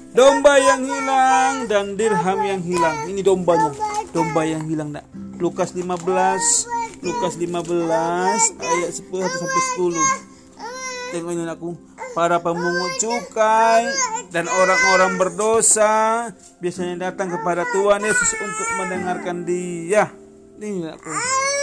Domba yang hilang dan dirham yang hilang. Ini dombanya. Domba yang hilang, nak. Lukas 15 ayat 10 sampai 10. Tengok ini aku. Para pemungut cukai dan orang-orang berdosa biasanya datang kepada Tuhan Yesus untuk mendengarkan Dia. Ini aku.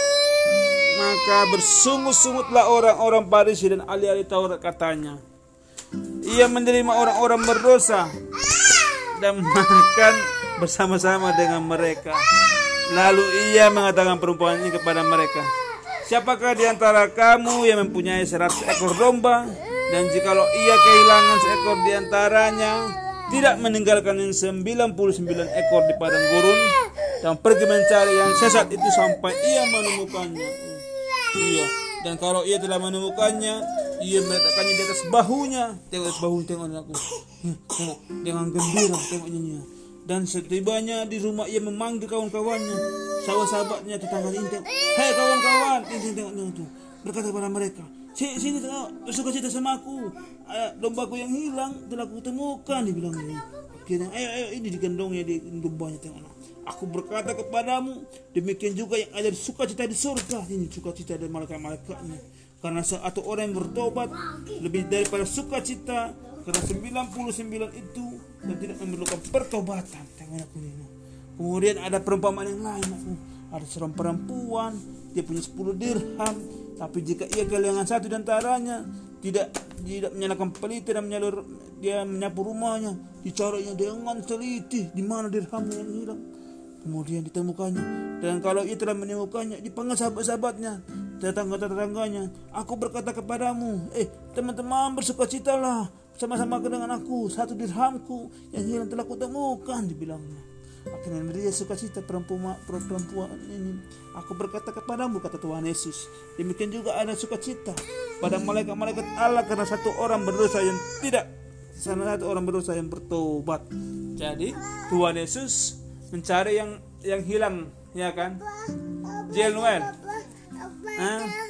Maka bersungut-sungutlah orang-orang Farisi dan ahli-ahli Taurat, katanya, Ia menerima orang-orang berdosa dan makan bersama-sama dengan mereka. Lalu Ia mengatakan perumpamaan ini kepada mereka. Siapakah di antara kamu yang mempunyai 100 ekor domba, dan jikalau ia kehilangan seekor di antaranya, tidak meninggalkan yang 99 ekor di padang gurun dan pergi mencari yang sesat itu sampai ia menemukannya. Iya. Dan kalau ia telah menemukannya, ia meletakkannya di atas bahunya. Tengok atas bahunya, tengok aku. Tengok, dengan gembira, tengoknya. Dan setibanya di rumah, ia memanggil kawan-kawannya, sahabat-sahabatnya, tetangga ini. Hei kawan-kawan, ini tengok tuh. Berkata kepada mereka, sini tengok, bersuka cita sama aku. Dombaku yang hilang telah kutemukan, dibilangnya. Akhirnya, ayo ini digendongnya di dombanya, tengok. Aku berkata kepadamu, demikian juga yang ada sukacita di surga. Ini sukacita dari malaikat-malaikatnya. Karena satu orang yang bertobat lebih daripada sukacita, karena 99 itu dan tidak memerlukan pertobatan. Tengok aku ini. Kemudian ada perumpamaan yang lain aku. Ada seorang perempuan, dia punya 10 dirham, tapi jika ia kehilangan satu di antaranya, tidak menyalakan pelita dan dia menyapu rumahnya, dicarinya dengan teliti di mana dirhamnya yang hilang. Kemudian ditemukannya, dan kalau ia telah menemukannya, dipanggil sahabat-sahabatnya, tetangga-tetangganya. Aku berkata kepadamu, teman-teman, bersukacitalah sama-sama dengan aku, 1 dirhamku yang hilang telah kutemukan, dibilangnya. Akhirnya dia sukacita perempuan ini. Aku berkata kepadamu, kata Tuhan Yesus, demikian juga ada sukacita pada malaikat-malaikat Allah karena satu orang berdosa yang bertobat. Jadi Tuhan Yesus mencari yang hilang, ya kan? Januel.